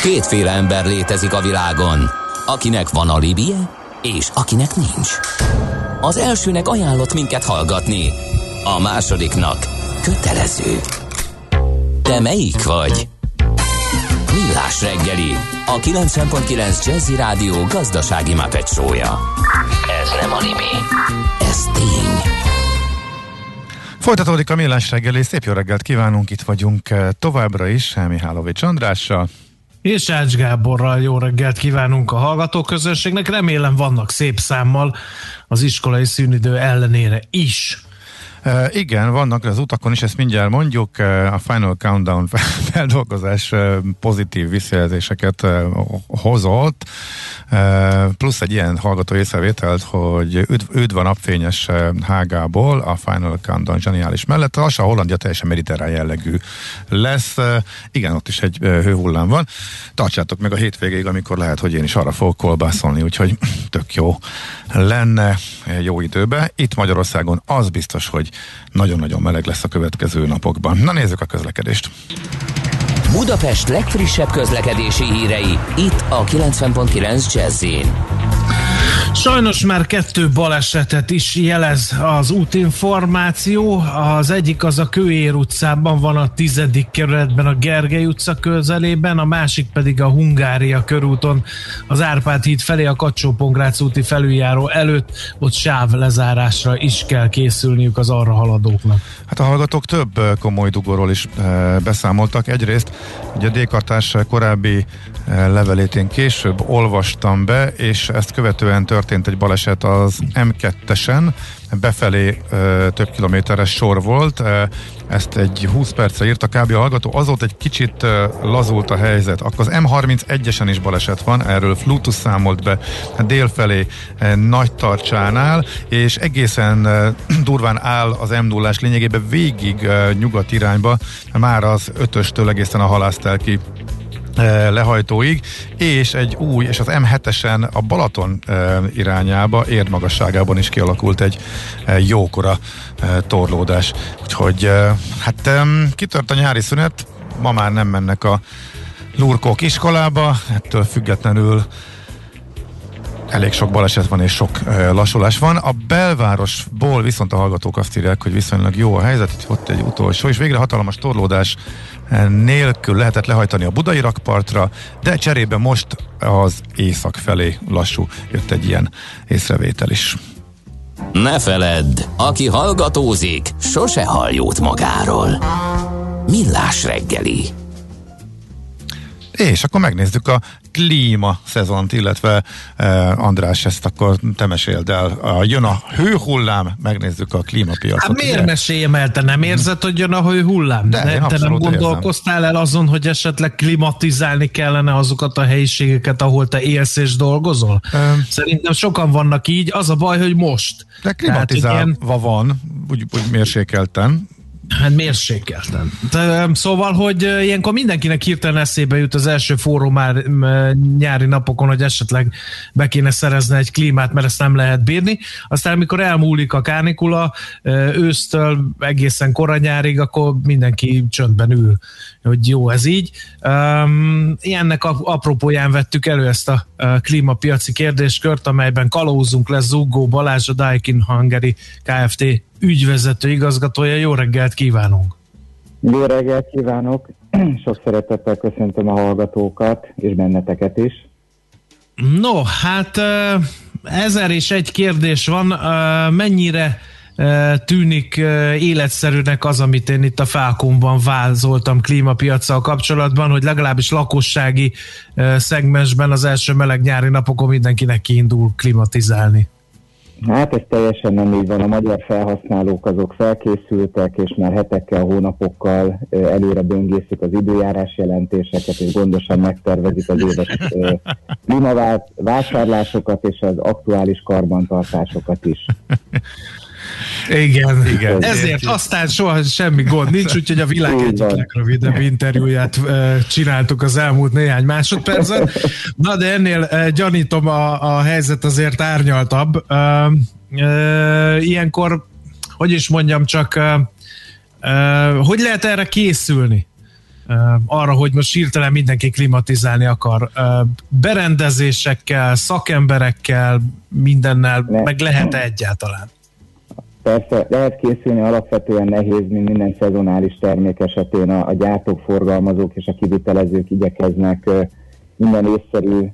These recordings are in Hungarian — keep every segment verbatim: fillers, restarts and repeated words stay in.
Kétféle ember létezik a világon, akinek van alibije, és akinek nincs. Az elsőnek ajánlott minket hallgatni, a másodiknak kötelező. Te melyik vagy? Millás reggeli, a kilencven pont kilenc Jazzy Rádió gazdasági Muppet show-ja. Ez nem anime, ez tény. Folytatódik a Millás reggeli, szép jó reggelt kívánunk, itt vagyunk továbbra is, Mihálovics Andrással. És Ács Gáborral jó reggelt kívánunk a hallgatóközönségnek, remélem vannak szép számmal az iskolai szünidő ellenére is. Uh, igen, vannak az utakon is, ezt mindjárt mondjuk, uh, a Final Countdown feldolgozás uh, pozitív visszajelzéseket uh, hozott, uh, plusz egy ilyen hallgató észrevételt, hogy üdv, üdv a napfényes uh, Hágából, a Final Countdown zseniális mellett, lassan a Hollandia teljesen mediterrán jellegű lesz, uh, igen, ott is egy uh, hőhullám van, tartsátok meg a hétvégéig, amikor lehet, hogy én is arra fogok kolbászolni, úgyhogy tök jó lenne jó időben. Itt Magyarországon az biztos, hogy nagyon-nagyon meleg lesz a következő napokban. Na nézzük a közlekedést. Budapest legfrissebb közlekedési hírei, itt a kilencven pont kilenc Jazzyn. Sajnos már kettő balesetet is jelez az útinformáció. Az egyik az a Kőér utcában van, a tizedik kerületben, a Gergely utca közelében, a másik pedig a Hungária körúton, az Árpád híd felé, a Kacsó-Pongrác úti felüljáró előtt, ott sáv lezárásra is kell készülniük az arra haladóknak. Hát a hallgatók több komoly dugóról is e, beszámoltak. Egyrészt ugye a D-kartás korábbi e, levelét én később olvastam be, és ezt követően történt egy baleset az em kettesen, befelé e, több kilométeres sor volt, e, ezt egy húsz percre írta kb. A hallgató, azóta egy kicsit e, lazult a helyzet. Akkor az em harmincegyesen is baleset van, erről Flutus számolt be délfelé e, Nagytarcsánál, és egészen e, durván áll az em nullás, lényegében végig e, nyugat irányba, már az ötöstől egészen a halásztelki lehajtóig, és egy új, és az em hetesen a Balaton e, irányába, érdmagasságában is kialakult egy e, jókora e, torlódás. Úgyhogy e, hát e, kitört a nyári szünet, ma már nem mennek a lurkók iskolába, ettől függetlenül elég sok baleset van és sok e, lassulás van. A belvárosból viszont a hallgatók azt írják, hogy viszonylag jó a helyzet, ott egy utolsó, és végre hatalmas torlódás nélkül lehetett lehajtani a budai rakpartra, de cserébe most az észak felé lassú, jött egy ilyen észrevétel is. Ne feledd, aki hallgatózik, sose hall jót magáról. Millás reggeli. És akkor megnézzük a klíma szezont, illetve eh, András, ezt akkor te meséld el. A, jön a hőhullám, megnézzük a klímapiacot. Hát miért meséljem el? Te nem érzed, hogy jön a hőhullám? De, ne, te nem gondolkoztál érzem. el azon, hogy esetleg klimatizálni kellene azokat a helyiségeket, ahol te élsz és dolgozol? Um, Szerintem sokan vannak így, az a baj, hogy most. De klimatizálva ilyen... van, úgy, úgy mérsékelten. Hát mérsékelten. De, szóval, hogy ilyenkor mindenkinek hirtelen eszébe jut az első forró már nyári napokon, hogy esetleg be kéne szerezni egy klímát, mert ezt nem lehet bírni. Aztán, amikor elmúlik a kánikula, ősztől egészen kora nyárig, akkor mindenki csöndben ül, hogy jó, ez így. Um, ilyennek apropóján vettük elő ezt a klímapiaci kérdéskört, amelyben kalózunk lesz Zuggó Balázs, a Daikin Hungary Kft. Ügyvezető igazgatója. Jó reggelt kívánunk! Jó reggelt kívánok! Sok szeretettel köszöntöm a hallgatókat, és benneteket is. No, hát ezer és egy kérdés van. Mennyire tűnik életszerűnek az, amit én itt a Falconban vázoltam klímapiacsal kapcsolatban, hogy legalábbis lakossági szegmensben az első meleg nyári napokon mindenkinek kiindul klimatizálni? Hát ez teljesen nem így van. A magyar felhasználók azok felkészültek, és már hetekkel, hónapokkal előre böngészik az időjárás jelentéseket, és gondosan megtervezik az éves klímavásárlásokat és az aktuális karbantartásokat is. Igen, igen. Ezért aztán soha semmi gond nincs, úgyhogy a világ egyik legrövidebb interjúját csináltuk az elmúlt néhány másodpercen. Na, de ennél gyanítom a, a helyzet azért árnyaltabb. Ilyenkor, hogy is mondjam, csak hogy lehet erre készülni? arra, hogy most hirtelen mindenki klimatizálni akar. Berendezésekkel, szakemberekkel, mindennel, ne. meg lehet-e egyáltalán? Persze, lehet készülni, alapvetően nehéz, mint minden szezonális termék esetén a, a gyártók, forgalmazók és a kivitelezők igyekeznek minden észszerű,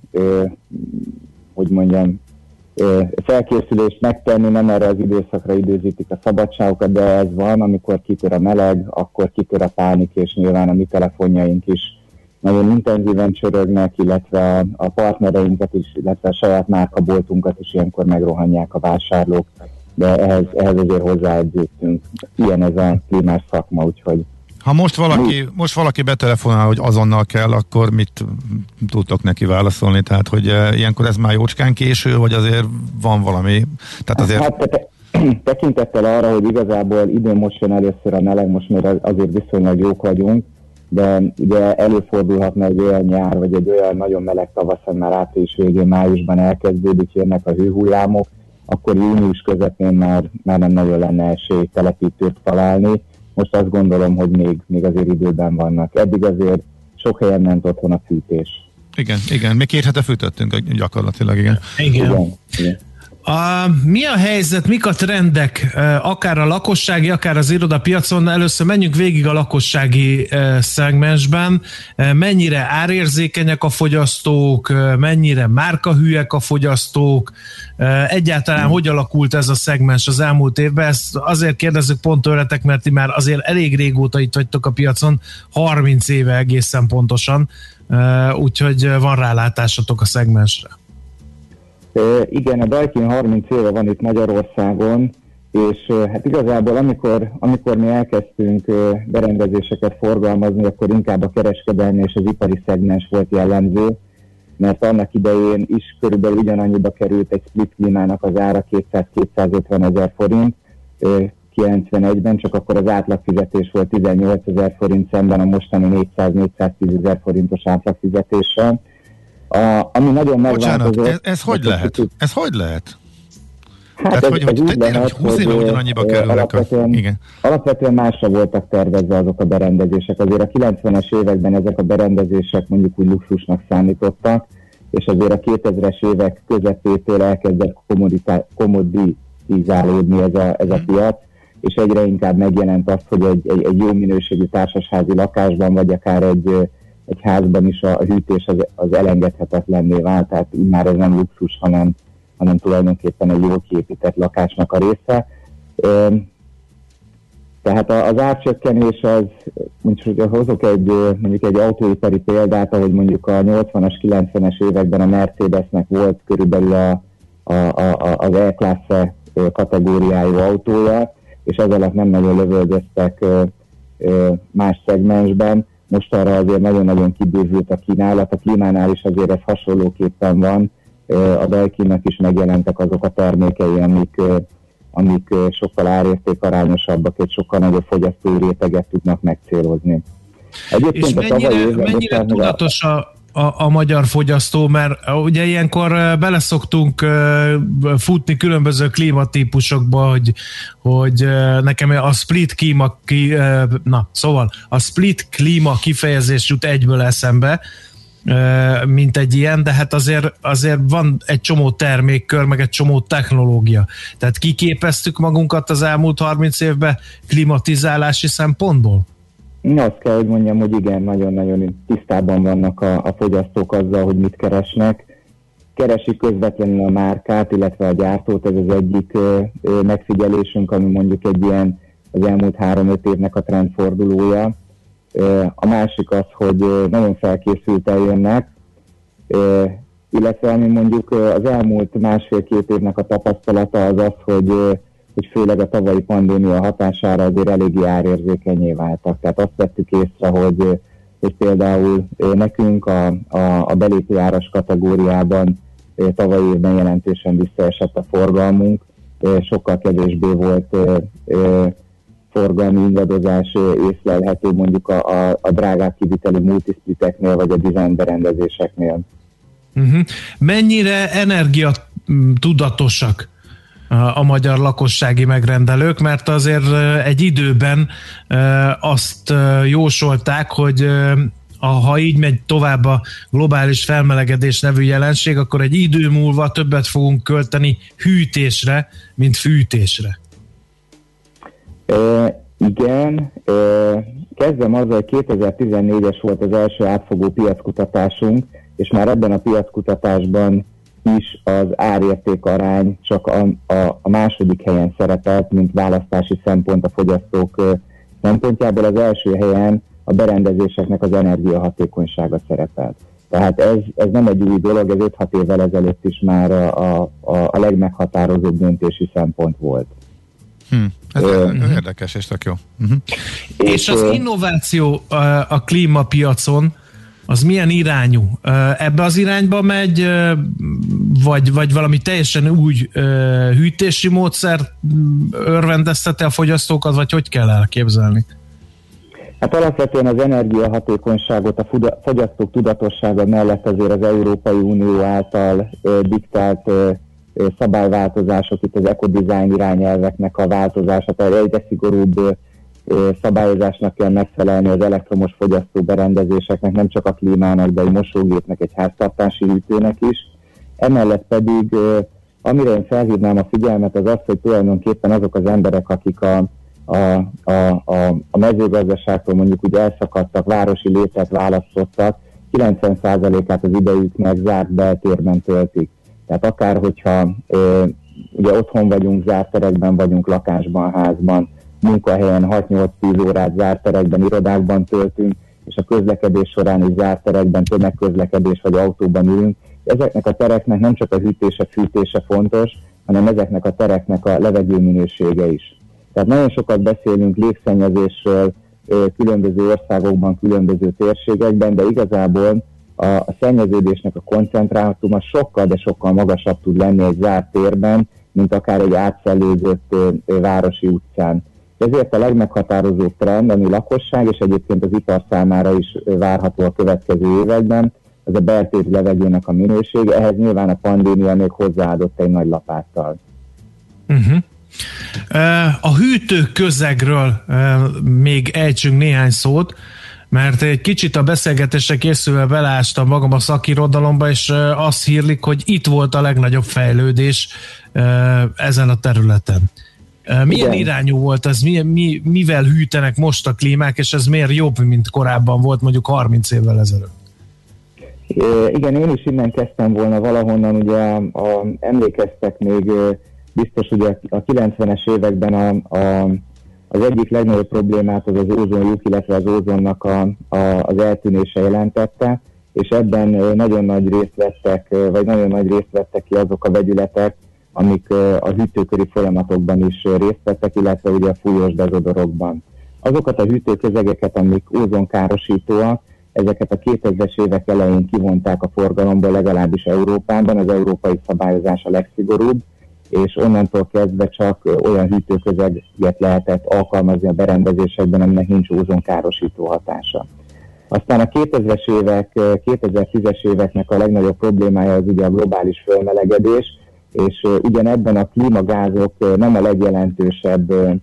hogy mondjam, felkészülést megtenni, nem erre az időszakra időzítik a szabadságokat, de ez van, amikor kitör a meleg, akkor kitör a pánik, és nyilván a mi telefonjaink is nagyon intenzíven csörögnek, illetve a, a partnereinket is, illetve a saját márkaboltunkat is ilyenkor megrohanják a vásárlók, de ehhez, ehhez azért hozzáegyüttünk. Ilyen ez a klímás szakma, úgyhogy ha most valaki, most valaki betelefonál, hogy azonnal kell, akkor mit tudtok neki válaszolni? Tehát, hogy e, ilyenkor ez már jócskán késő, vagy azért van valami? Tehát azért... Hát te, tekintettel arra, hogy igazából időn most jön először a meleg, most még azért viszonylag jók vagyunk, de ugye előfordulhatna egy olyan nyár, vagy egy olyan nagyon meleg tavaszon, már április végén, májusban elkezdődik, jönnek a hőhullámok, akkor június közepén már, már nem nagyon lenne esély telepítőt találni. Most azt gondolom, hogy még, még azért időben vannak. Eddig azért sok helyen ment otthon a fűtés. Igen, igen. Mi két hete fűtöttünk gyakorlatilag, igen. Igen. igen, igen. A, mi a helyzet, mik a trendek, akár a lakossági, akár az irodapiacon? Először menjünk végig a lakossági szegmensben. Mennyire árérzékenyek a fogyasztók, mennyire márkahűek a fogyasztók, egyáltalán hogy alakult ez a szegmens az elmúlt évben? Ezt azért kérdezzük pont tőletek, mert ti már azért elég régóta itt vagytok a piacon, harminc éve egészen pontosan, úgyhogy van rálátásatok a szegmensre. Igen, a Daikin harminc éve van itt Magyarországon, és hát igazából amikor, amikor mi elkezdtünk berendezéseket forgalmazni, akkor inkább a kereskedelmi és az ipari szegmens volt jellemző, mert annak idején is körülbelül ugyanannyiba került egy split klímának az ára kétszáz-kétszázötven ezer forint kilencvenegyben, csak akkor az átlagfizetés volt tizennyolc ezer forint szemben a mostani négyszáz-négyszáztíz ezer forintos átlagfizetéssel. A, ami nagyon megváltozott... ez, ez hogy lehet? Kicsit... Ez hogy lehet? Hát Tehát, ez, hogy, ez hogy, lehet, hogy húsz éve ugyanannyiba kerülnek. Alapvetően, a... Igen. alapvetően másra voltak tervezve azok a berendezések. Azért a kilencvenes években ezek a berendezések mondjuk úgy luxusnak számítottak, és azért a kétezres évek közepétől elkezdett kommoditizálódni ez a, ez a piac, és egyre inkább megjelent az, hogy egy, egy, egy jó minőségű társasházi lakásban, vagy akár egy egy házban is a hűtés az, az elengedhetetlenné vált, tehát így már ez nem luxus, hanem, hanem tulajdonképpen egy jól kiépített lakásnak a része. Tehát az árcsökkenés az, mondjuk hozok egy, mondjuk egy autóipari példát, ahogy mondjuk a nyolcvanas, kilencvenes években a Mercedesnek volt körülbelül a, a, a, az E-Classe kategóriájú autója, és ez alatt nem nagyon lövöldöztek más szegmensben. Most arra azért nagyon-nagyon kibővült a kínálat, a klímánál is azért ez hasonlóképpen van, a Daikinnak is megjelentek azok a termékei, amik, amik sokkal árértékarányosabbak, és sokkal nagyobb fogyasztói réteget tudnak megcélozni. Egyébként és mennyire, mennyire tudatos a, a, a magyar fogyasztó, mert ugye ilyenkor beleszoktunk futni különböző klímatípusokba, hogy, hogy nekem a split klíma, na szóval a split klíma kifejezés jut egyből eszembe, mint egy ilyen, de hát azért, azért van egy csomó termékkör, meg egy csomó technológia. Tehát kiképeztük magunkat az elmúlt harminc évben klimatizálási szempontból? Azt kell, hogy mondjam, hogy igen, nagyon-nagyon tisztában vannak a, a fogyasztók azzal, hogy mit keresnek. Keresik közvetlenül a márkát, illetve a gyártót, ez az egyik ö, ö, megfigyelésünk, ami mondjuk egy ilyen az elmúlt három-öt évnek a trendfordulója. Ö, a másik az, hogy ö, nagyon felkészülten jönnek, ö, illetve ami mondjuk az elmúlt másfél-két évnek a tapasztalata az az, hogy ö, hogy főleg a tavalyi pandémia hatására azért eléggé árérzékenyé váltak. Tehát azt vettük észre, hogy, hogy például nekünk a, a, a belépő áras kategóriában tavalyi évben jelentősen visszaesett a forgalmunk, sokkal kevésbé volt forgalmi ingadozás észlelhető mondjuk a, a, a drágább kiviteli multispliteknél, vagy a design berendezéseknél. Uh-huh. Mennyire energiatudatosak a magyar lakossági megrendelők, mert azért egy időben azt jósolták, hogy ha így megy tovább a globális felmelegedés nevű jelenség, akkor egy idő múlva többet fogunk költeni hűtésre, mint fűtésre. E, igen, e, kezdem azzal, hogy kétezer-tizennégyes volt az első átfogó piackutatásunk, és már ebben a piackutatásban is az árérték arány csak a, a, a második helyen szerepelt, mint választási szempont a fogyasztók szempontjából. Az első helyen a berendezéseknek az energiahatékonysága szerepelt. Tehát ez, ez nem egy új dolog, ez öt-hat évvel ezelőtt is már a, a, a legmeghatározóbb döntési szempont volt. Hm, ez uh, érdekes és tök jó. Uh-huh. És, és az innováció a, a klímapiacon az milyen irányú? Ebbe az irányba megy, vagy, vagy valami teljesen új hűtési módszer örvendezteti a fogyasztókat, vagy hogy kell elképzelni? Hát alapvetően az energiahatékonyságot a fogyasztók tudatossága mellett azért az Európai Unió által diktált szabályváltozások, itt az ecodesign irányelveknek a változása, tehát egyre szigorúbb szabályozásnak kell megfelelni az elektromos fogyasztóberendezéseknek, nem csak a klímának, de egy mosógépnek, egy háztartási hűtőnek is. Emellett pedig, amire én felhívnám a figyelmet, az az, hogy tulajdonképpen azok az emberek, akik a, a, a, a, a mezőgazdaságtól mondjuk úgy elszakadtak, városi létet választottak, kilencven százalékát az idejüknek zárt beltérben töltik. Tehát akár, hogyha ugye otthon vagyunk, zárt terekben vagyunk, lakásban, házban, munkahelyen hat-nyolc-tíz órát zárt terekben, irodákban töltünk, és a közlekedés során is zárt terekben, tömegközlekedés vagy autóban ülünk. Ezeknek a tereknek nem csak a hűtése, fűtése fontos, hanem ezeknek a tereknek a levegőminősége is. Tehát nagyon sokat beszélünk légszennyezésről különböző országokban, különböző térségekben, de igazából a, a szennyeződésnek a koncentrátuma sokkal, de sokkal magasabb tud lenni egy zárt térben, mint akár egy átszellőzött városi utcán. Ezért a legmeghatározóbb trend, ami lakosság és egyébként az ipar számára is várható a következő években, az a beltéri levegőnek a minősége. Ehhez nyilván a pandémia még hozzáadott egy nagy lapáttal. Uh-huh. A hűtő közegről még ejtsünk néhány szót, mert egy kicsit a beszélgetésre készülve beleástam magam a szakirodalomba, és azt hírlik, hogy itt volt a legnagyobb fejlődés ezen a területen. Milyen Igen. irányú volt ez? Mi, mi, mivel hűtenek most a klímák, és ez miért jobb, mint korábban volt, mondjuk harminc évvel ezelőtt? Igen, én is innen kezdtem volna valahonnan, ugye a, a, emlékeztek még biztos, ugye a kilencvenes években a, a, az egyik legnagyobb problémát az az ózonlyuk, illetve az ózonnak a, a, az eltűnése jelentette, és ebben nagyon nagy részt vettek, vagy nagyon nagy részt vettek ki azok a vegyületek, amik a hűtőköri folyamatokban is részt vettek, illetve ugye a fújós dezodorokban. Azokat a hűtőközegeket, amik ózonkárosítóak, ezeket a kétezres évek elején kivonták a forgalomból, legalábbis Európában, az európai szabályozás a legszigorúbb, és onnantól kezdve csak olyan hűtőközeget lehetett alkalmazni a berendezésekben, aminek nincs ózonkárosító hatása. Aztán a kétezres évek, kétezer-tízes éveknek a legnagyobb problémája az ugye a globális fölmelegedés, és uh, ugyanebben a klímagázok uh, nem a legjelentősebb uh,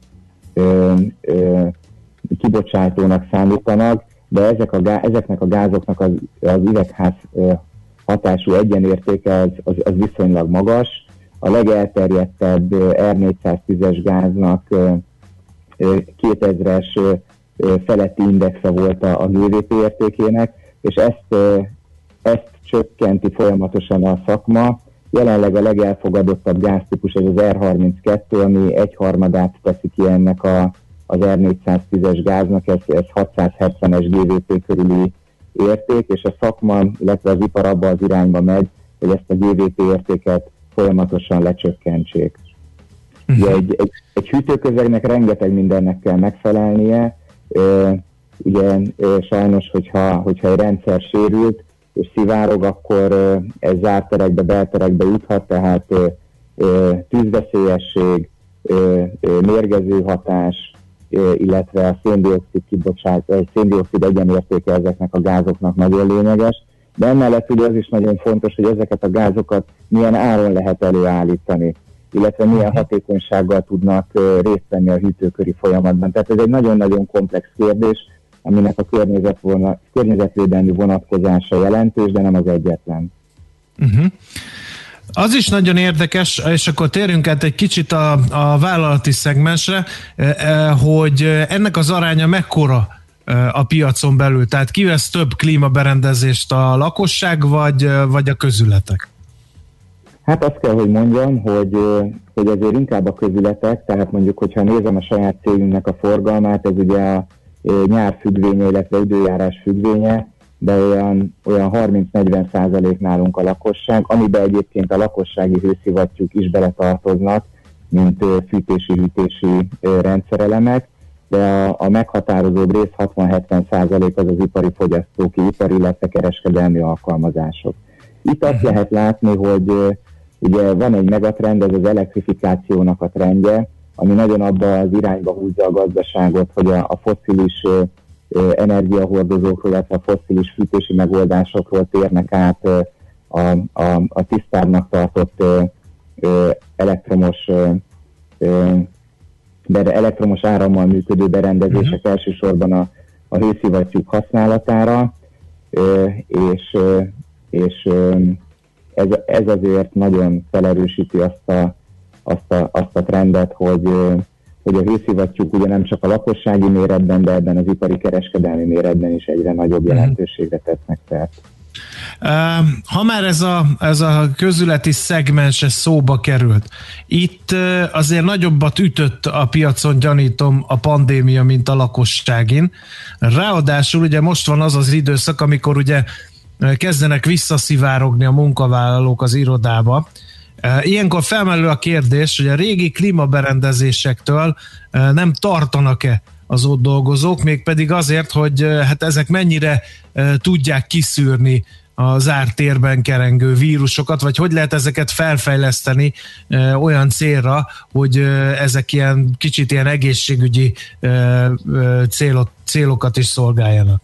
uh, kibocsátónak számítanak, de ezek a gá- ezeknek a gázoknak az, az üvegház uh, hatású egyenértéke az, az, az viszonylag magas. A legelterjedtebb uh, er négyszáztízes gáznak uh, uh, kétezres uh, feletti indexe volt a, a gé vé pé értékének, és ezt, uh, ezt csökkenti folyamatosan a szakma. Jelenleg a legelfogadottabb gáztípus ez az er harminckettő, ami egyharmadát teszi ki ennek a, az er négyszáztízes gáznak, ez, ez hatszázhetvenes gé vé pé körüli érték, és a szakma, illetve az ipar abba az irányba megy, hogy ezt a gé vé pé értéket folyamatosan lecsökkentsék. Uh-huh. Ugye egy, egy, egy hűtőközegnek rengeteg mindennek kell megfelelnie, e, ugye e, sajnos, hogyha, hogyha egy rendszer sérült, és szivárog, akkor ez zárt terekbe, belterekbe juthat, tehát tűzveszélyesség, mérgező hatás, illetve a széndioxid kibocsát, széndioxid egyenértéke ezeknek a gázoknak nagyon lényeges, de emellett ugye az is nagyon fontos, hogy ezeket a gázokat milyen áron lehet előállítani. illetve milyen hatékonysággal tudnak részt venni a hűtőköri folyamatban. Tehát ez egy nagyon-nagyon komplex kérdés, aminek a környezetvédelmi vonatkozása jelentős, de nem az egyetlen. Uh-huh. Az is nagyon érdekes, és akkor térjünk át egy kicsit a, a vállalati szegmensre, hogy ennek az aránya mekkora a piacon belül, tehát ki vesz több klímaberendezést, a lakosság vagy, vagy a közületek? Hát azt kell, hogy mondjam, hogy, hogy azért inkább a közületek, tehát mondjuk, hogyha nézem a saját cégünknek a forgalmát, ez ugye a nyár függvénye, illetve időjárás függvénye, de olyan, olyan harminc-negyven százalék nálunk a lakosság, amiben egyébként a lakossági hőszivattyúk is beletartoznak, mint fűtési-hűtési rendszerelemek, de a, a meghatározóbb rész hatvan-hetven százalék az az ipari fogyasztók, ipari, illetve kereskedelmi alkalmazások. Itt azt lehet látni, hogy ugye van egy megatrend, ez az elektrifikációnak a trendje, ami nagyon abba az irányba húzza a gazdaságot, hogy a, a fosszilis energiahordozókról, illetve a fosszilis fűtési megoldásokról térnek át a, a, a tisztábbnak tartott elektromos, elektromos árammal működő berendezések uh-huh. elsősorban a, a hőszivattyúk használatára, és, és ez, ez azért nagyon felerősíti azt a, azt a, azt a trendet, hogy hogy a hőszivattyúk ugye nem csak a lakossági méretben, de ebben az ipari kereskedelmi méretben is egyre nagyobb jelentőségre tesznek szert. Ha már ez a, ez a közületi szegmens szóba került, itt azért nagyobbat ütött a piacon, gyanítom, a pandémia, mint a lakosságin. Ráadásul ugye most van az az időszak, amikor ugye kezdenek visszaszivárogni a munkavállalók az irodába. Ilyenkor felmerül a kérdés, hogy a régi klímaberendezésektől nem tartanak-e az ott dolgozók, mégpedig azért, hogy hát ezek mennyire tudják kiszűrni a zárt térben kerengő vírusokat, vagy hogy lehet ezeket felfejleszteni olyan célra, hogy ezek ilyen kicsit ilyen egészségügyi célot, célokat is szolgáljanak.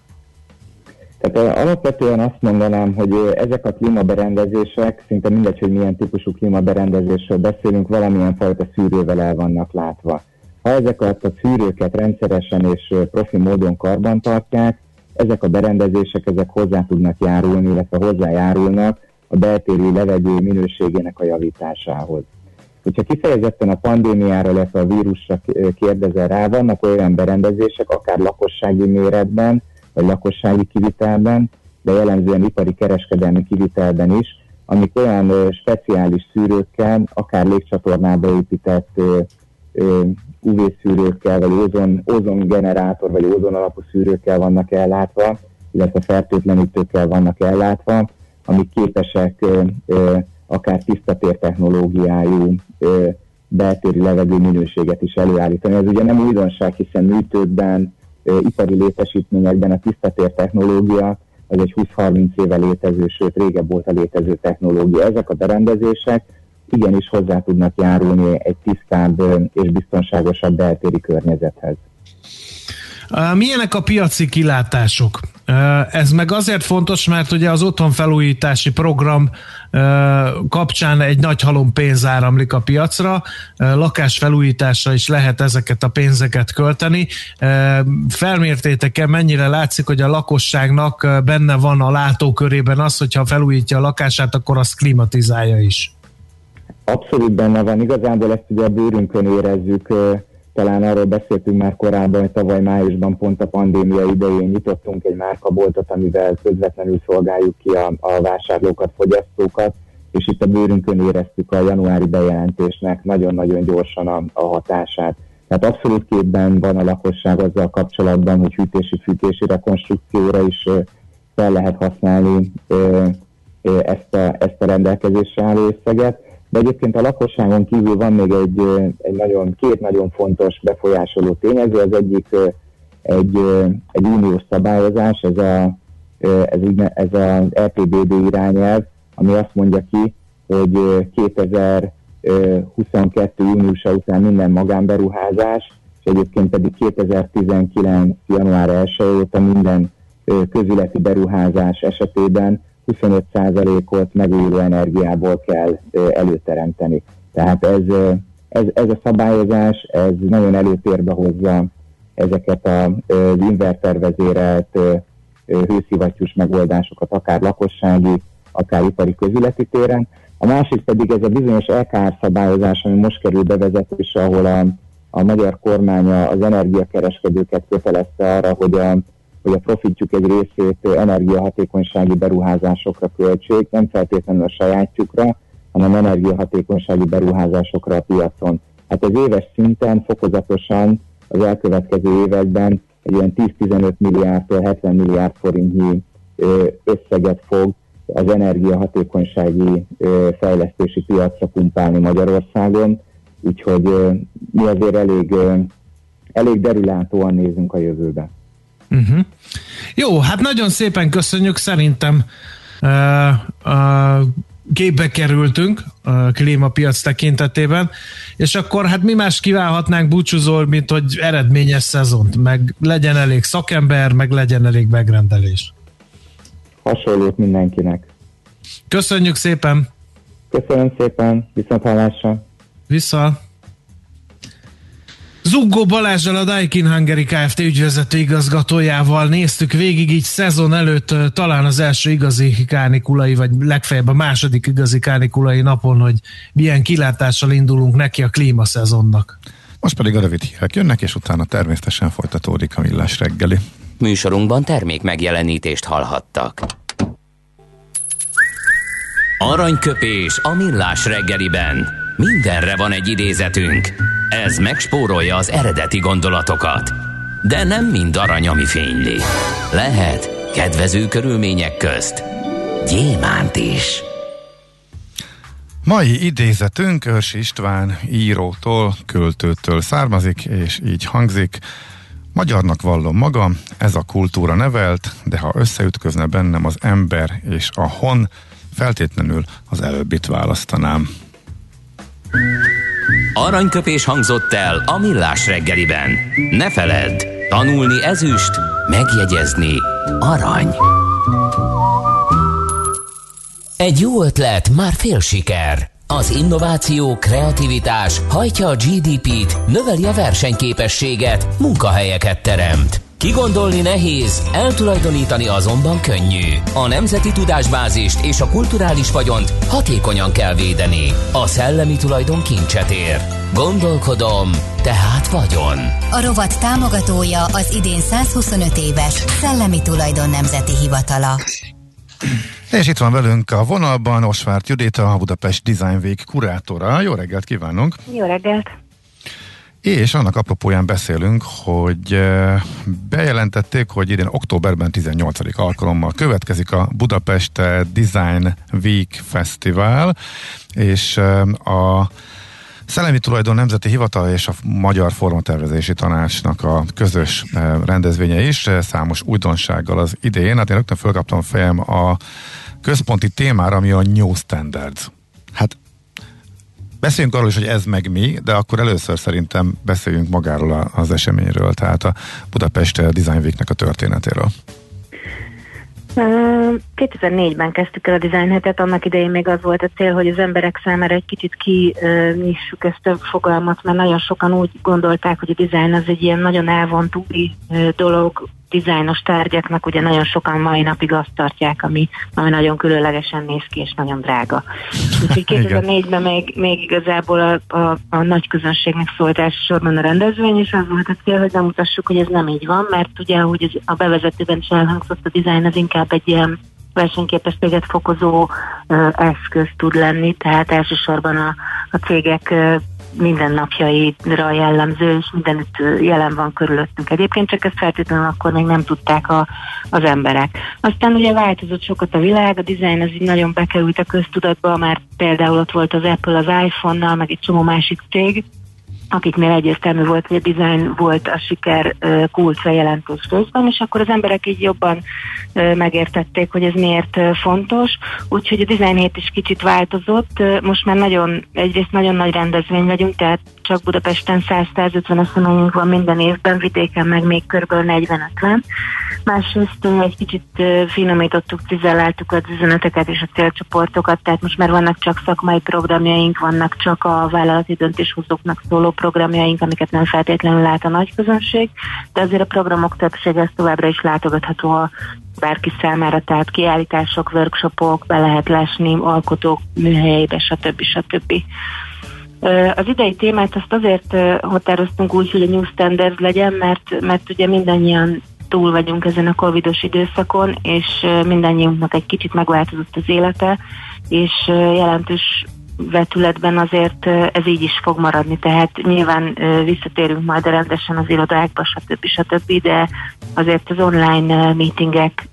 Tehát alapvetően azt mondanám, hogy ezek a klímaberendezések, szinte mindegy, hogy milyen típusú klímaberendezésről beszélünk, valamilyen fajta szűrővel el vannak látva. Ha ezeket a szűrőket rendszeresen és profi módon karbantartják, ezek a berendezések ezek hozzá tudnak járulni, illetve hozzájárulnak a beltéri levegő minőségének a javításához. Hogyha kifejezetten a pandémiára, illetve a vírusra kérdezel rá, vannak olyan berendezések, akár lakossági méretben, vagy lakossági kivitelben, de jellemzően ipari kereskedelmi kivitelben is, amik olyan ö, speciális szűrőkkel, akár légcsatornába épített ö, ö, ú vé-szűrőkkel, vagy ózon, ózongenerátor, vagy ózon alapú szűrőkkel vannak ellátva, illetve fertőtlenítőkkel vannak ellátva, amik képesek ö, ö, akár tisztatér technológiájú ö, beltéri levegő minőséget is előállítani. Ez ugye nem újdonság, hiszen műtőkben, ipari létesítményekben a tisztatér technológia az egy húsz-harminc éve létező, sőt régebb óta létező technológia. Ezek a berendezések igenis hozzá tudnak járulni egy tisztább és biztonságosabb beltéri környezethez. Milyenek a piaci kilátások? Ez meg azért fontos, mert ugye az otthonfelújítási program kapcsán egy nagy halom pénz áramlik a piacra, lakásfelújításra is lehet ezeket a pénzeket költeni. Felmértétek-e, mennyire látszik, hogy a lakosságnak benne van a látókörében az, hogyha felújítja a lakását, akkor azt klimatizálja is? Abszolút benne van. Igazából ezt ugye a bőrünkön érezzük. Talán arról beszéltünk már korábban, hogy tavaly májusban pont a pandémia idején nyitottunk egy márkaboltot, amivel közvetlenül szolgáljuk ki a, a vásárlókat, fogyasztókat, és itt a bőrünkön éreztük a januári bejelentésnek nagyon-nagyon gyorsan a, a hatását. Tehát abszolút képben van a lakosság azzal kapcsolatban, hogy hűtési-fűtési rekonstrukcióra is fel lehet használni ezt a, ezt a rendelkezésre álló összeget. De egyébként a lakosságon kívül van még egy, egy nagyon, két nagyon fontos befolyásoló tényező. Az egyik egy, egy uniós szabályozás, ez, a, ez, ez az er té bé dé irányelv, ami azt mondja ki, hogy kétezer-huszonkettő júniusa után minden magánberuházás, és egyébként pedig kétezer-tizenkilenc január elsejétől óta minden közületi beruházás esetében huszonöt százalékot megújuló energiából kell előteremteni. Tehát ez, ez, ez a szabályozás, ez nagyon előtérbe hozza ezeket az invertervezérelt hőszivattyús megoldásokat, akár lakossági, akár ipari közületi téren. A másik pedig ez a bizonyos é ká er szabályozás, ami most kerül bevezetésre, ahol a, a magyar kormánya az energiakereskedőket kötelezte arra, hogy a, hogy a profitjuk egy részét energiahatékonysági beruházásokra költsék, nem feltétlenül a sajátjukra, hanem energiahatékonysági beruházásokra a piacon. Hát az éves szinten fokozatosan az elkövetkező években egy olyan tíz-tizenöt milliárdtól hetven milliárd forintnyi összeget fog az energiahatékonysági fejlesztési piacra pumpálni Magyarországon, úgyhogy mi azért elég, elég derülátóan nézünk a jövőbe. Uh-huh. Jó, hát nagyon szépen köszönjük, szerintem uh, uh, képbe kerültünk a klímapiac tekintetében, és akkor hát mi más kívánhatnánk, búcsúzol, mint hogy eredményes szezont, meg legyen elég szakember, meg legyen elég megrendelés. Hasonlót mindenkinek. Köszönjük szépen! Köszönöm szépen, viszont hallásra! Vissza! Zuggó Balázsral, a Daikin Hungary Kft. Ügyvezető igazgatójával néztük végig így szezon előtt talán az első igazi kánikulai, vagy legfeljebb a második igazi kánikulai napon, hogy milyen kilátással indulunk neki a klímaszezonnak. Most pedig a rövid hírek jönnek, és utána természetesen folytatódik a Millás reggeli. Műsorunkban termék megjelenítést hallhattak. Aranyköpés a Millás reggeliben. Mindenre van egy idézetünk. Ez megspórolja az eredeti gondolatokat. De nem mind arany, ami fényli. Lehet kedvező körülmények közt gyémánt is. Mai idézetünk Őrsi István írótól, költőtől származik, és így hangzik: magyarnak vallom magam, ez a kultúra nevelt, de ha összeütközne bennem az ember és a hon, feltétlenül az előbbit választanám. Aranyköpés hangzott el a Millás reggeliben. Ne feledd, tanulni ezüst, megjegyezni arany. Egy jó ötlet már fél siker. Az innováció, kreativitás hajtja a gé dé pét, növeli a versenyképességet, munkahelyeket teremt. Kigondolni nehéz, eltulajdonítani azonban könnyű. A nemzeti tudásbázist és a kulturális vagyont hatékonyan kell védeni. A szellemi tulajdon kincset ér. Gondolkodom, tehát vagyon. A rovat támogatója az idén százhuszonöt éves Szellemi Tulajdon Nemzeti Hivatala. És itt van velünk a vonalban Osváth Judita, a Budapest Design Week kurátora. Jó reggelt kívánunk! Jó reggelt! És annak apropóján beszélünk, hogy bejelentették, hogy idén októberben tizennyolcadik alkalommal következik a Budapest Design Week Fesztivál, és a Szellemi Tulajdon Nemzeti Hivatal és a Magyar Formatervezési Tanácsnak a közös rendezvénye is, számos újdonsággal az idén. Hát én rögtön fölkaptam a fejem a központi témára, ami a New Standards. Hát beszéljünk arról is, hogy ez meg mi, de akkor először szerintem beszéljünk magáról az eseményről, tehát a Budapest Design Weeknek a történetéről. kétezer-négyben kezdtük el a Design hetet, annak idején még az volt a cél, hogy az emberek számára egy kicsit kinyissuk ezt a fogalmat, mert nagyon sokan úgy gondolták, hogy a design az egy ilyen nagyon elvont új dolog, dizájnos tárgyaknak ugye nagyon sokan mai napig azt tartják, ami, ami nagyon különlegesen néz ki, és nagyon drága. Úgyhogy kétezer-négyben még, még igazából a, a, a nagy közönségnek szólt elsősorban a rendezvény, és az volt a cél, hogy bemutassuk, hogy ez nem így van, mert ugye, ahogy a bevezetőben is elhangzott, a dizájn az inkább egy ilyen versenyképességet fokozó uh, eszköz tud lenni, tehát elsősorban a, a cégek uh, mindennapjaira jellemző, és mindenütt jelen van körülöttünk. Egyébként csak ezt feltétlenül akkor még nem tudták a, az emberek. Aztán ugye változott sokat a világ, a design az így nagyon bekerült a köztudatba, már például ott volt az Apple az iPhone-nal, meg egy csomó másik cég, akiknél egyértelmű volt, hogy a design volt a siker kulcsa jelentős részben, és akkor az emberek így jobban megértették, hogy ez miért fontos. Úgyhogy a Design hét is kicsit változott. Most már nagyon, egyrészt nagyon nagy rendezvény vagyunk, tehát csak Budapesten száz-százötven eseményünk van minden évben, vidéken meg még kb. negyven-ötven. Másrészt egy kicsit finomítottuk, cizelláltuk az üzeneteket és a célcsoportokat, tehát most már vannak csak szakmai programjaink, vannak csak a vállalati döntéshozóknak szóló programjaink, amiket nem feltétlenül lát a nagy közönség, de azért a programok többsége továbbra is látogatható a bárki számára, tehát kiállítások, workshopok, be lehet lesni, alkotók műhelyeibe, stb. stb. Az idei témát azt azért határoztunk úgy, hogy a New Standards legyen, mert, mert ugye mindannyian túl vagyunk ezen a covidos időszakon, és mindannyiunknak egy kicsit megváltozott az élete, és jelentős vetületben azért ez így is fog maradni, tehát nyilván visszatérünk majd rendesen az irodákba, stb. stb., de azért az online meetingek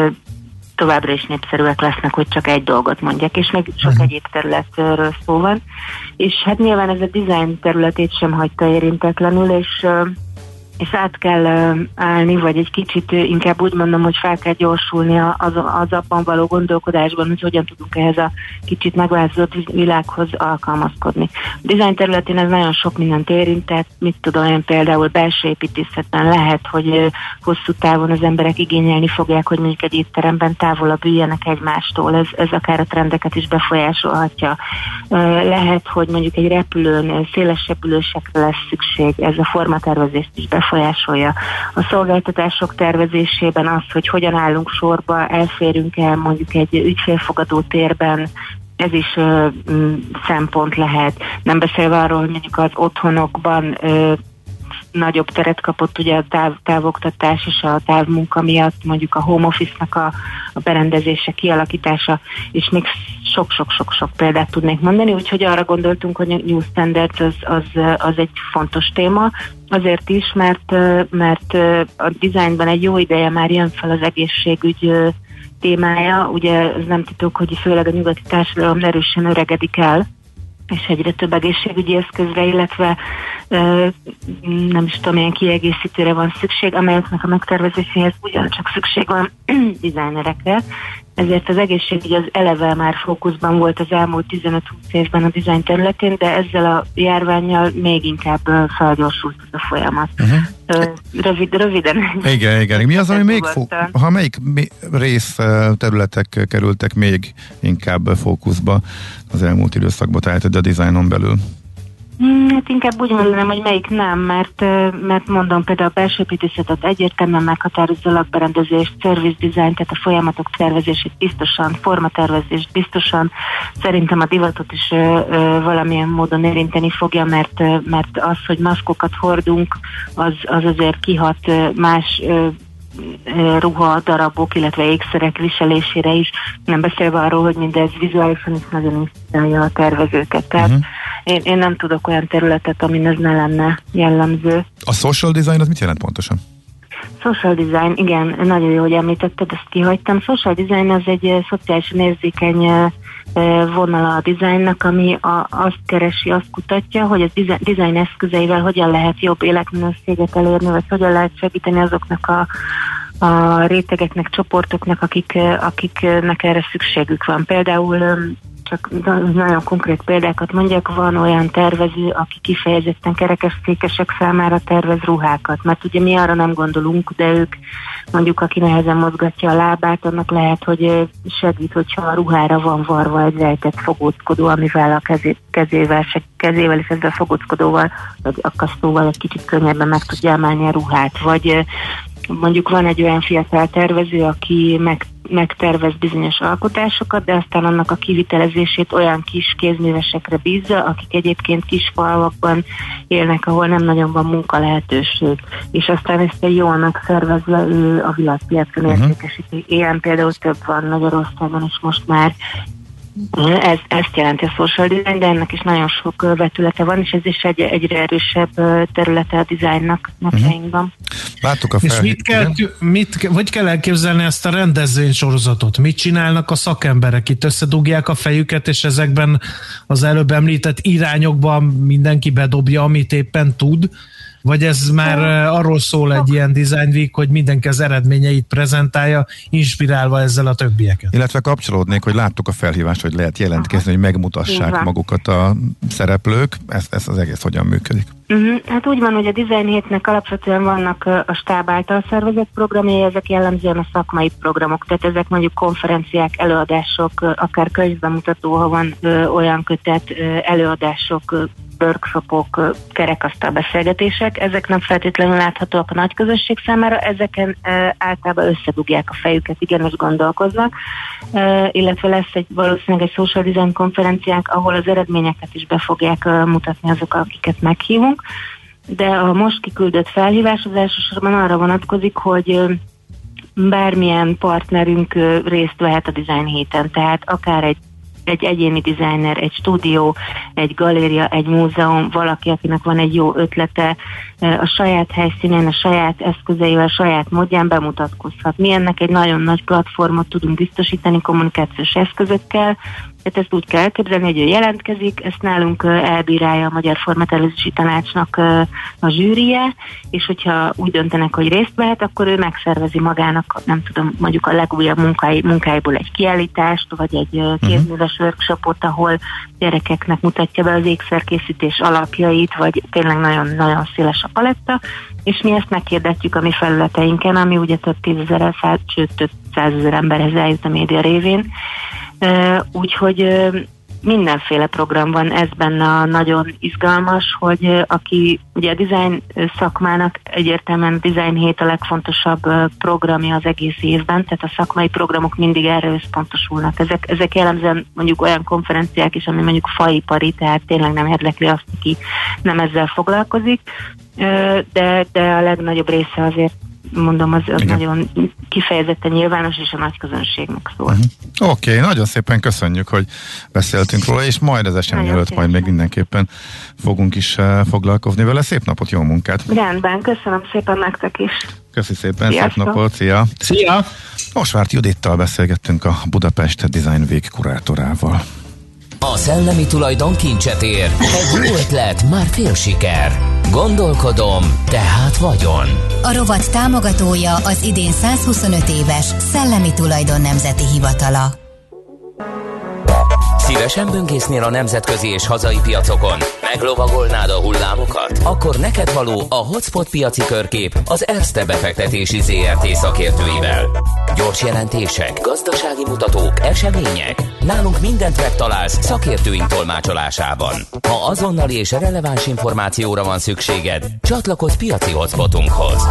továbbra is népszerűek lesznek, hogy csak egy dolgot mondjak, és még sok uh-huh. egyéb területről szó van. És hát nyilván ez a design területét sem hagyta érintetlenül, és és át kell állni, vagy egy kicsit inkább úgy mondom, hogy fel kell gyorsulni az, az abban való gondolkodásban, hogy hogyan tudunk ehhez a kicsit megváltozott világhoz alkalmazkodni. A design területén ez nagyon sok mindent érint, tehát mit tudom én, például belső építészetben lehet, hogy hosszú távon az emberek igényelni fogják, hogy mondjuk egy étteremben távolabb üljenek egymástól, ez, ez akár a trendeket is befolyásolhatja. Lehet, hogy mondjuk egy repülőn szélesebb ülésekre lesz szükség, ez a formatervezést is befolyásolja. A szolgáltatások tervezésében az, hogy hogyan állunk sorba, elférünk el mondjuk egy ügyfélfogadó térben, ez is ö, m, szempont lehet. Nem beszélve arról, hogy mondjuk az otthonokban ö, nagyobb teret kapott ugye a táv, távoktatás és a távmunka miatt, mondjuk a home office-nak a, a berendezése, kialakítása, és még sok-sok-sok-sok példát tudnék mondani, úgyhogy arra gondoltunk, hogy a New Standards az, az, az egy fontos téma, azért is, mert, mert a dizájnban egy jó ideje már jön fel az egészségügy témája, ugye ez nem titok, hogy főleg a nyugati társadalom erősen öregedik el, és egyre több egészségügyi eszközre, illetve ö, nem is tudom, milyen kiegészítőre van szükség, amelyeknek a megtervezéséhez ugyancsak szükség van designerekre. Ezért az egészségügy az eleve már fókuszban volt az elmúlt tizenöt-húsz évben a design területén, de ezzel a járvánnyal még inkább felgyorsult a folyamat. Uh-huh. Rövid, röviden. Igen, igen. Mi az, ami még fó- ha melyik rész területek kerültek még inkább fókuszba az elmúlt időszakban, tehát a designon belül? Hát inkább úgy mondanám, hogy melyik nem, mert, mert mondom például a belső építészetet egyértelműen meghatározó lakberendezést, service design, tehát a folyamatok tervezését biztosan, formatervezést biztosan, szerintem a divatot is ö, ö, valamilyen módon érinteni fogja, mert, mert az, hogy maszkokat hordunk, az, az azért kihat más ö, ruha, darabok, illetve ékszerek viselésére is, nem beszélve arról, hogy mindez vizuálisan is nagyon inspirálja a tervezőket. Tehát uh-huh. én, én nem tudok olyan területet, amin ez ne lenne jellemző. A social design az mit jelent pontosan? Social design, igen, nagyon jó, hogy említetted, ezt kihagytam. Social design az egy szociálisan érzékeny vonala a dizájnnak, ami a, azt keresi, azt kutatja, hogy a dizájn eszközeivel hogyan lehet jobb életminőséget elérni, vagy hogyan lehet segíteni azoknak a, a rétegeknek, csoportoknak, akik, akiknek erre szükségük van. Például csak nagyon konkrét példákat mondjak, van olyan tervező, aki kifejezetten kerekesszékesek számára tervez ruhákat, mert ugye mi arra nem gondolunk, de ők mondjuk, aki nehezen mozgatja a lábát, annak lehet, hogy segít, hogyha a ruhára van varva egy rejtett fogóckodó, amivel a kezé, kezével, kezével és ezzel a fogóckodóval, vagy akasztóval egy kicsit könnyebben meg tudja emelni a ruhát, vagy mondjuk van egy olyan fiatal tervező, aki meg, megtervez bizonyos alkotásokat, de aztán annak a kivitelezését olyan kis kézművesekre bízza, akik egyébként kis falvakban élnek, ahol nem nagyon van munka lehetőség. És aztán ezt egy jól megszervezve ő a világpiacon uh-huh. értékesíti. Ilyen például több van Magyarországon is most már. Ez, ezt jelenti a social design, de ennek is nagyon sok vetülete van, és ez is egy egyre erősebb területe a designnak napjainkban. Uh-huh. Láttuk a fel... És mit kell, mit, hogy kell elképzelni ezt a rendezvénysorozatot? Mit csinálnak a szakemberek? Itt összedugják a fejüket, és ezekben az előbb említett irányokban mindenki bedobja, amit éppen tud, vagy ez már arról szól egy ilyen Design Week, hogy mindenki az eredményeit prezentálja, inspirálva ezzel a többieket? Illetve kapcsolódnék, hogy láttuk a felhívást, hogy lehet jelentkezni, hogy megmutassák magukat a szereplők. Ez, ez az egész hogyan működik? Uh-huh. Hát úgy van, hogy a Design hétnek alapvetően vannak a stáb által szervezett programjai, ezek jellemzően a szakmai programok, tehát ezek mondjuk konferenciák, előadások, akár könyvbemutató, ha van ö, olyan kötet, ö, előadások, ö, workshopok, kerekasztal beszélgetések, ezek nem feltétlenül láthatóak a nagy közösség számára, ezeken e, általában összedugják a fejüket, igen, és gondolkoznak, e, illetve lesz egy valószínűleg egy social design konferenciánk, ahol az eredményeket is be fogják e, mutatni azok, akiket meghívunk, de a most kiküldött felhívás az elsősorban arra vonatkozik, hogy e, bármilyen partnerünk e, részt vehet a design héten, tehát akár egy egy egyéni designer, egy stúdió, egy galéria, egy múzeum, valaki, akinek van egy jó ötlete, a saját helyszínen, a saját eszközeivel, a saját módján bemutatkozhat. Mi ennek egy nagyon nagy platformot tudunk biztosítani kommunikációs eszközökkel, tehát ezt úgy kell elképzelni, hogy ő jelentkezik, ezt nálunk elbírálja a Magyar Formatervezési Tanácsnak a zsűrije, és hogyha úgy döntenek, hogy részt vehet, akkor ő megszervezi magának, nem tudom, mondjuk a legújabb munkái, munkáiból egy kiállítást, vagy egy kézműves workshopot, ahol gyerekeknek mutatja be az ékszerkészítés alapjait, vagy tényleg nagyon-nagyon széles a paletta, és mi ezt meghirdetjük a mi felületeinken, ami ugye több tízezer, sőt több százezer emberhez eljut a média révén. Uh, úgyhogy uh, mindenféle program van, ez benne nagyon izgalmas, hogy uh, aki ugye a design szakmának egyértelműen a design hét a legfontosabb uh, programja az egész évben, tehát a szakmai programok mindig erre összpontosulnak. Ezek, ezek jellemzően mondjuk olyan konferenciák is, ami mondjuk faipari, tehát tényleg nem érdekli azt, aki nem ezzel foglalkozik, uh, de, de a legnagyobb része azért mondom, az, az nagyon kifejezetten nyilvános, és a nagy közönségnek szól. Uh-huh. Oké, okay, nagyon szépen köszönjük, hogy beszéltünk róla, és majd az esemény előtt majd még mindenképpen fogunk is uh, foglalkozni vele. Szép napot, jó munkát! Rendben, köszönöm szépen nektek is! Köszi szépen, Sziasztok. Szép napot, szia! Szia! Osvárt Judittal beszélgettünk, a Budapest Design Week kurátorával. A szellemi tulajdon kincset ér. Egy jó ötlet, már fél siker. Gondolkodom, tehát vagyon. A rovat támogatója az idén százhuszonöt éves Szellemi Tulajdon Nemzeti Hivatala. Szívesen böngésznél a nemzetközi és hazai piacokon? Meglovagolnád a hullámokat? Akkor neked való a Hotspot piaci körkép az Erste befektetési zé er té szakértőivel. Gyors jelentések, gazdasági mutatók, események. Nálunk mindent megtalálsz szakértőink tolmácsolásában. Ha azonnali és releváns információra van szükséged, csatlakozz piaci hotspotunkhoz.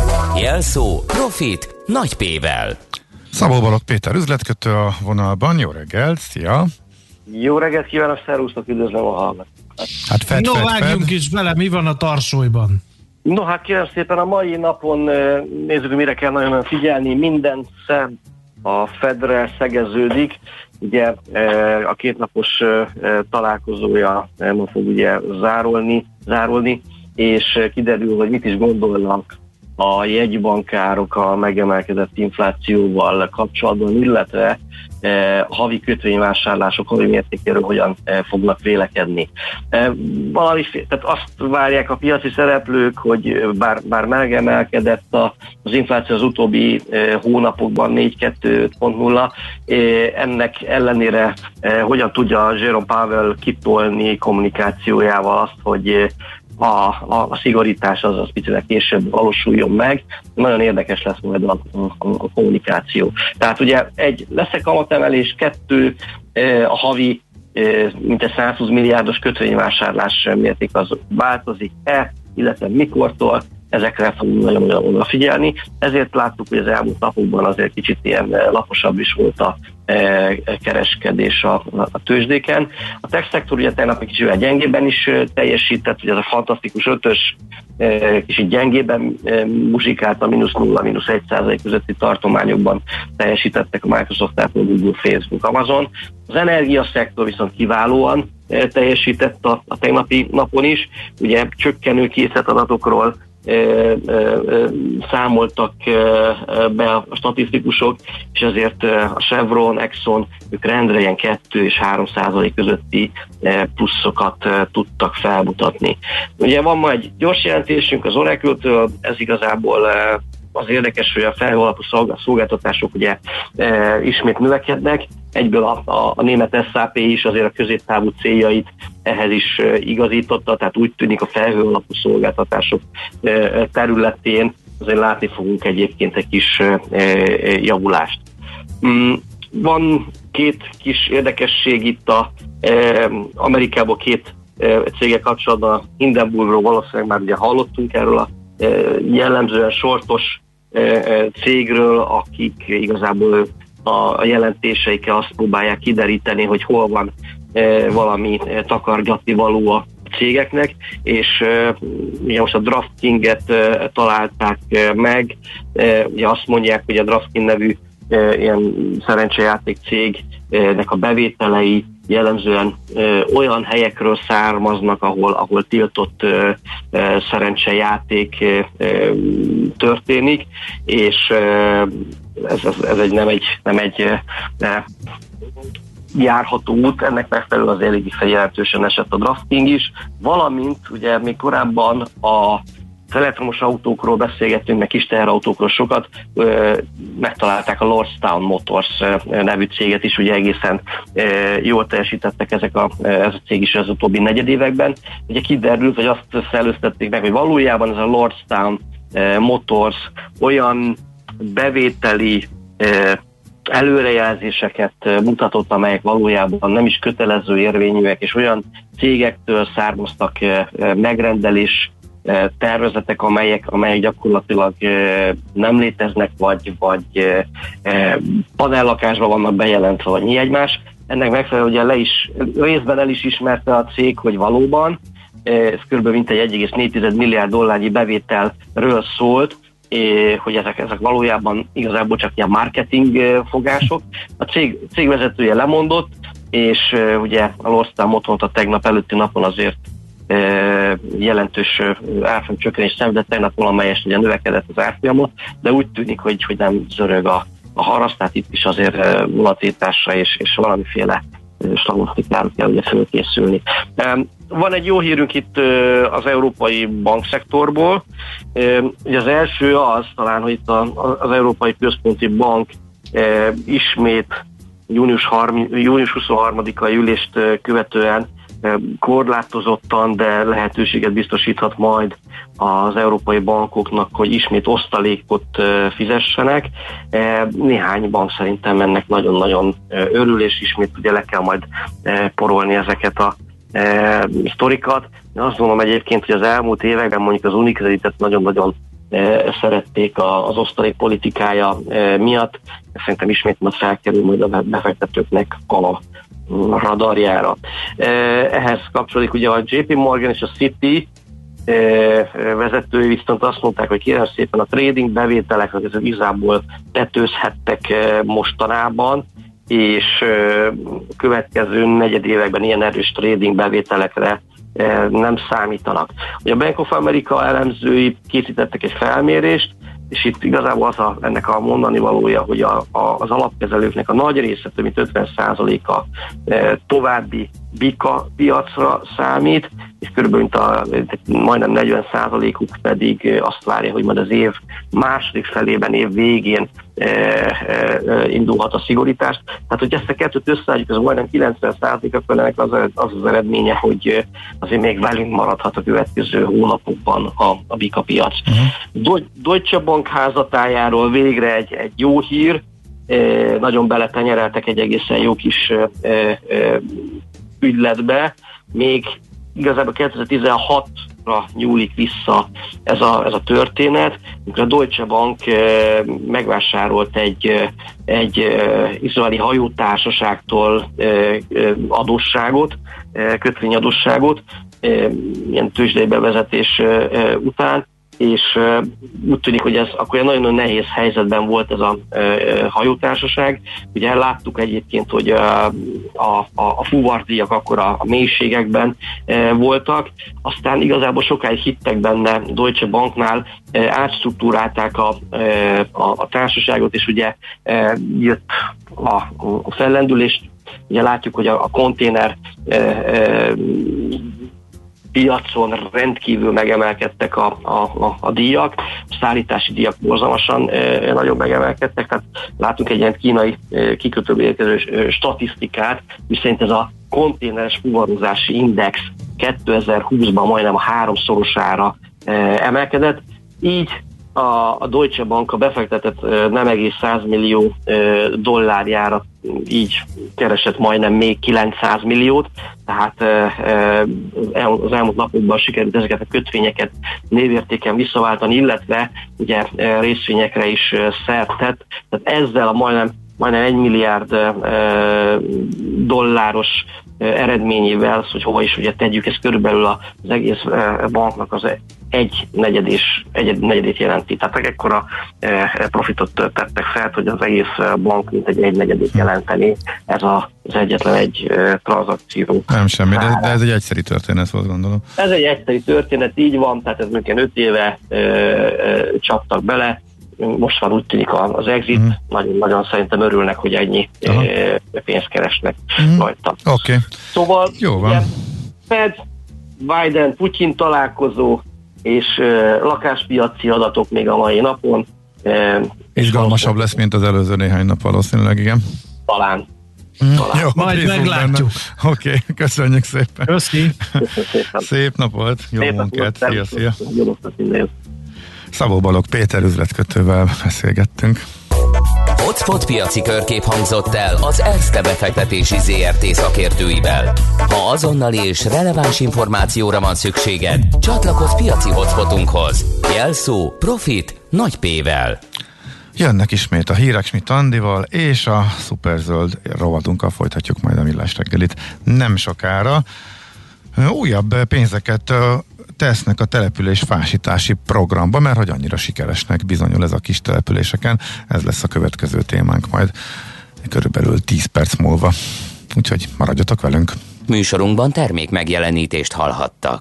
Jelszó Profit nagy P-vel. Szabó Balogh Péter üzletkötő a vonalban. Jó reggelt, szia! Jó reggelt kívánok, szervusztok, üdvözlöm a hallgatókat. Hát fed, no, fed, vágjunk fed. is bele, mi van a Tarsolyban? No, hát kérem szépen, a mai napon nézzük, mire kell nagyon figyelni. Minden szem a Fedre szegeződik. Ugye a kétnapos találkozója ma fog ugye zárolni, zárolni, és kiderül, hogy mit is gondolnak a jegybankárok a megemelkedett inflációval kapcsolatban, illetve eh, havi kötvényvásárlások havi mértékéről hogyan eh, fognak vélekedni. Eh, valami, tehát azt várják a piaci szereplők, hogy bár, bár megemelkedett a, az infláció az utóbbi eh, hónapokban négy kettő pont nulla, eh, ennek ellenére eh, hogyan tudja Jerome Powell kitolni kommunikációjával azt, hogy eh, A, a, a szigorítás az az picit később valósuljon meg. Nagyon érdekes lesz majd a, a, a kommunikáció. Tehát ugye egy lesz egy kamatemelés, kettő a havi mintegy százhúsz milliárdos kötvényvásárlás mérték az változik-e, illetve mikortól, ezekre fogunk nagyon-nagyon odafigyelni. Ezért láttuk, hogy az elmúlt napokban azért kicsit ilyen laposabb is volt a kereskedés a, a tőzsdéken. A tech szektor ugye tegnap egy kicsit gyengében is teljesített, ugye ez a fantasztikus ötös kicsit gyengében muzsikált, a mínusz nulla, mínusz egy százalék közötti tartományokban teljesítettek a Microsoft, Apple, Google, Facebook, Amazon. Az energiaszektor viszont kiválóan teljesített a, a tegnapi napon is. Ugye csökkenő készletadatokról számoltak be a statisztikusok, és ezért a Chevron, Exxon, ők rendre ilyen kettő és három százalék közötti pluszokat tudtak felmutatni. Ugye van ma egy gyors jelentésünk az Oracle-től, ez igazából az érdekes, hogy a felhő alapú szolgáltatások ugye e, ismét növekednek, egyből a, a, a német es á pé is azért a középtávú céljait ehhez is e, igazította, tehát úgy tűnik a felhő alapú szolgáltatások e, területén azért látni fogunk egyébként egy kis e, e, javulást. Mm, van két kis érdekesség itt a e, Amerikából két e, céggel kapcsolatban, Hindenburgról valószínűleg már ugye hallottunk erről a jellemzően sortos cégről, akik igazából a jelentéseikkel azt próbálják kideríteni, hogy hol van valami takargatni való a cégeknek, és ugye most a DraftKinget találták meg, ugye azt mondják, hogy a DraftKing nevű ilyen szerencsejáték cégnek a bevételei jellemzően ö, olyan helyekről származnak, ahol, ahol tiltott ö, ö, szerencsejáték ö, ö, történik, és ö, ez, ez, ez egy, nem egy, nem egy ö, járható út, ennek megfelelően az eléggé jelentősen esett a DraftKing is, valamint ugye még korábban a az elektromos autókról beszélgettünk, meg kis teherautókról sokat, ö, megtalálták a Lordstown Motors nevű céget is, ugye egészen ö, jól teljesítettek ezek a, ez a cég is az utóbbi negyedévekben. Ugye kiderült, hogy azt szellőztették meg, hogy valójában ez a Lordstown ö, Motors olyan bevételi ö, előrejelzéseket mutatott, amelyek valójában nem is kötelező érvényűek, és olyan cégektől származtak ö, megrendelés tervezetek, amelyek, amelyek gyakorlatilag nem léteznek, vagy, vagy panellakásban vannak bejelentve, vagy mi egymás. Ennek megfelelően ugye le is, részben el is ismerte a cég, hogy valóban ez kb. Mintegy egy egész négy milliárd dollárnyi bevételről szólt, hogy ezek, ezek valójában igazából csak ilyen marketing fogások. A cég, cégvezetője lemondott, és ugye a Lordstown Motort a tegnap előtti napon azért jelentős árfolyam csökkenés szenvedett, tegnap valamelyest ugye növekedett az árfolyamot, de úgy tűnik, hogy, hogy nem zörög a, a haraszt, tehát itt is azért volatilitásra és, és valamiféle stagnosztikára kell ugye fölkészülni. Van egy jó hírünk itt az európai bankszektorból. Ugye az első az talán, hogy itt az Európai Központi Bank ismét június, június huszonharmadikai ülést követően korlátozottan, de lehetőséget biztosíthat majd az európai bankoknak, hogy ismét osztalékot fizessenek. Néhány bank szerintem ennek nagyon-nagyon örül, és ismét ugye le kell majd porolni ezeket a sztorikat. Én azt gondolom egyébként, hogy az elmúlt években mondjuk az Unicreditet nagyon-nagyon szerették az osztalék politikája miatt. Szerintem ismét majd felkerül majd a befektetőknek a radarjára. Ehhez kapcsolódik ugye a jé pé Morgan és a Citi vezetői viszont azt mondták, hogy kérem szépen a trading bevételek ezek igazából tetőzhettek mostanában, és következő negyedévekben ilyen erős trading bevételekre nem számítanak. Ugye a Bank of America elemzői készítettek egy felmérést, és itt igazából az a, ennek a mondani valója, hogy a, a, az alapkezelőknek a nagy része, több mint ötven százaléka e, további bika piacra számít, és körülbelül a, majdnem negyven százalékuk pedig azt várja, hogy majd az év második felében, év végén e, e, indulhat a szigorítás. Tehát, hogy ezt a kettőt összeadjuk, az majdnem kilencven százalék, akkor ennek az, az az eredménye, hogy azért még velünk maradhat a következő hónapokban a, a bika piac. Uh-huh. Deutsche Bank házatájáról végre egy, egy jó hír, e, nagyon beletenyereltek egy egészen jó kis e, e, ügyletbe, még igazából kétezer-tizenhatra nyúlik vissza ez a, ez a történet, amikor a Deutsche Bank e, megvásárolt egy, egy e, izraeli hajótársaságtól e, e, adósságot, e, kötvényadósságot, e, ilyen tőzsdei bevezetés e, után, és uh, úgy tűnik, hogy ez akkor nagyon-nagyon nehéz helyzetben volt ez a uh, hajótársaság. Ugye láttuk egyébként, hogy uh, a, a, a fuvardíjak akkor a, a mélységekben uh, voltak, aztán igazából sokáig hittek benne Deutsche Banknál, uh, átstruktúrálták a, uh, a, a társaságot, és ugye uh, jött a, a fellendülés. Ugye látjuk, hogy a, a konténer uh, uh, piacon rendkívül megemelkedtek a, a, a, a díjak, a szállítási díjak borzalmasan e, nagyon megemelkedtek, tehát látunk egy ilyen kínai e, kikötőből érkező statisztikát, viszont ez a konténeres fuvarozási index kétezer-húszban majdnem a háromszorosára e, emelkedett, így a, a Deutsche Bank a befektetett e, nem egész száz millió e, dollárjára így keresett majdnem még kilencszáz milliót, tehát az elmúlt napokban sikerült ezeket a kötvényeket névértéken visszaváltani, illetve ugye részvényekre is szert tett, tehát ezzel a majdnem, majdnem egy milliárd dolláros eredményével, hogy hova is ugye tegyük, ez körülbelül az egész banknak az egy negyedés, egy negyedét jelenti. Tehát ekkora profitot tettek fel, hogy az egész bank mint egy egy negyedét jelenteni. Ez a, az egyetlen egy tranzakció. Nem semmi, de, de ez egy egyszerű történet volt, gondolom. Ez egy egyszerű történet, így van, tehát ez mondjuk öt éve ö, ö, csaptak bele. Most már úgy tűnik az exit, uh-huh. nagyon-nagyon szerintem örülnek, hogy ennyi uh-huh. pénzt keresnek uh-huh. rajta. Oké. Okay. Szóval jó van. Ugye, Fed, Biden, Putyin találkozó és uh, lakáspiaci adatok még a mai napon. Uh, Izgalmasabb lesz, mint az előző néhány nap valószínűleg, igen. Talán. Mm. Talán. Jó, majd meglátjuk. Oké, okay, köszönjük szépen. Köszi. Szép nap volt, jó Szép munkát, szia, szia. Jó, Szabó Balogh Péter üzletkötővel beszélgettünk. Hotspot piaci körkép hangzott el az Erste befektetési zé er té szakértőivel. Ha azonnali és releváns információra van szükséged, csatlakozz piaci hotspotunkhoz. Jelszó Profit nagy P-vel. Jönnek ismét a hírek Schmidt Andival, és a szuperzöld rovatunkkal folytatjuk majd a Millás reggelit nem sokára. Újabb pénzeket tesznek a település fásítási programba, mert hogy annyira sikeresnek bizonyul ez a kis településeken. Ez lesz a következő témánk majd körülbelül tíz perc múlva. Úgyhogy maradjatok velünk. Műsorunkban termék megjelenítést hallhattak.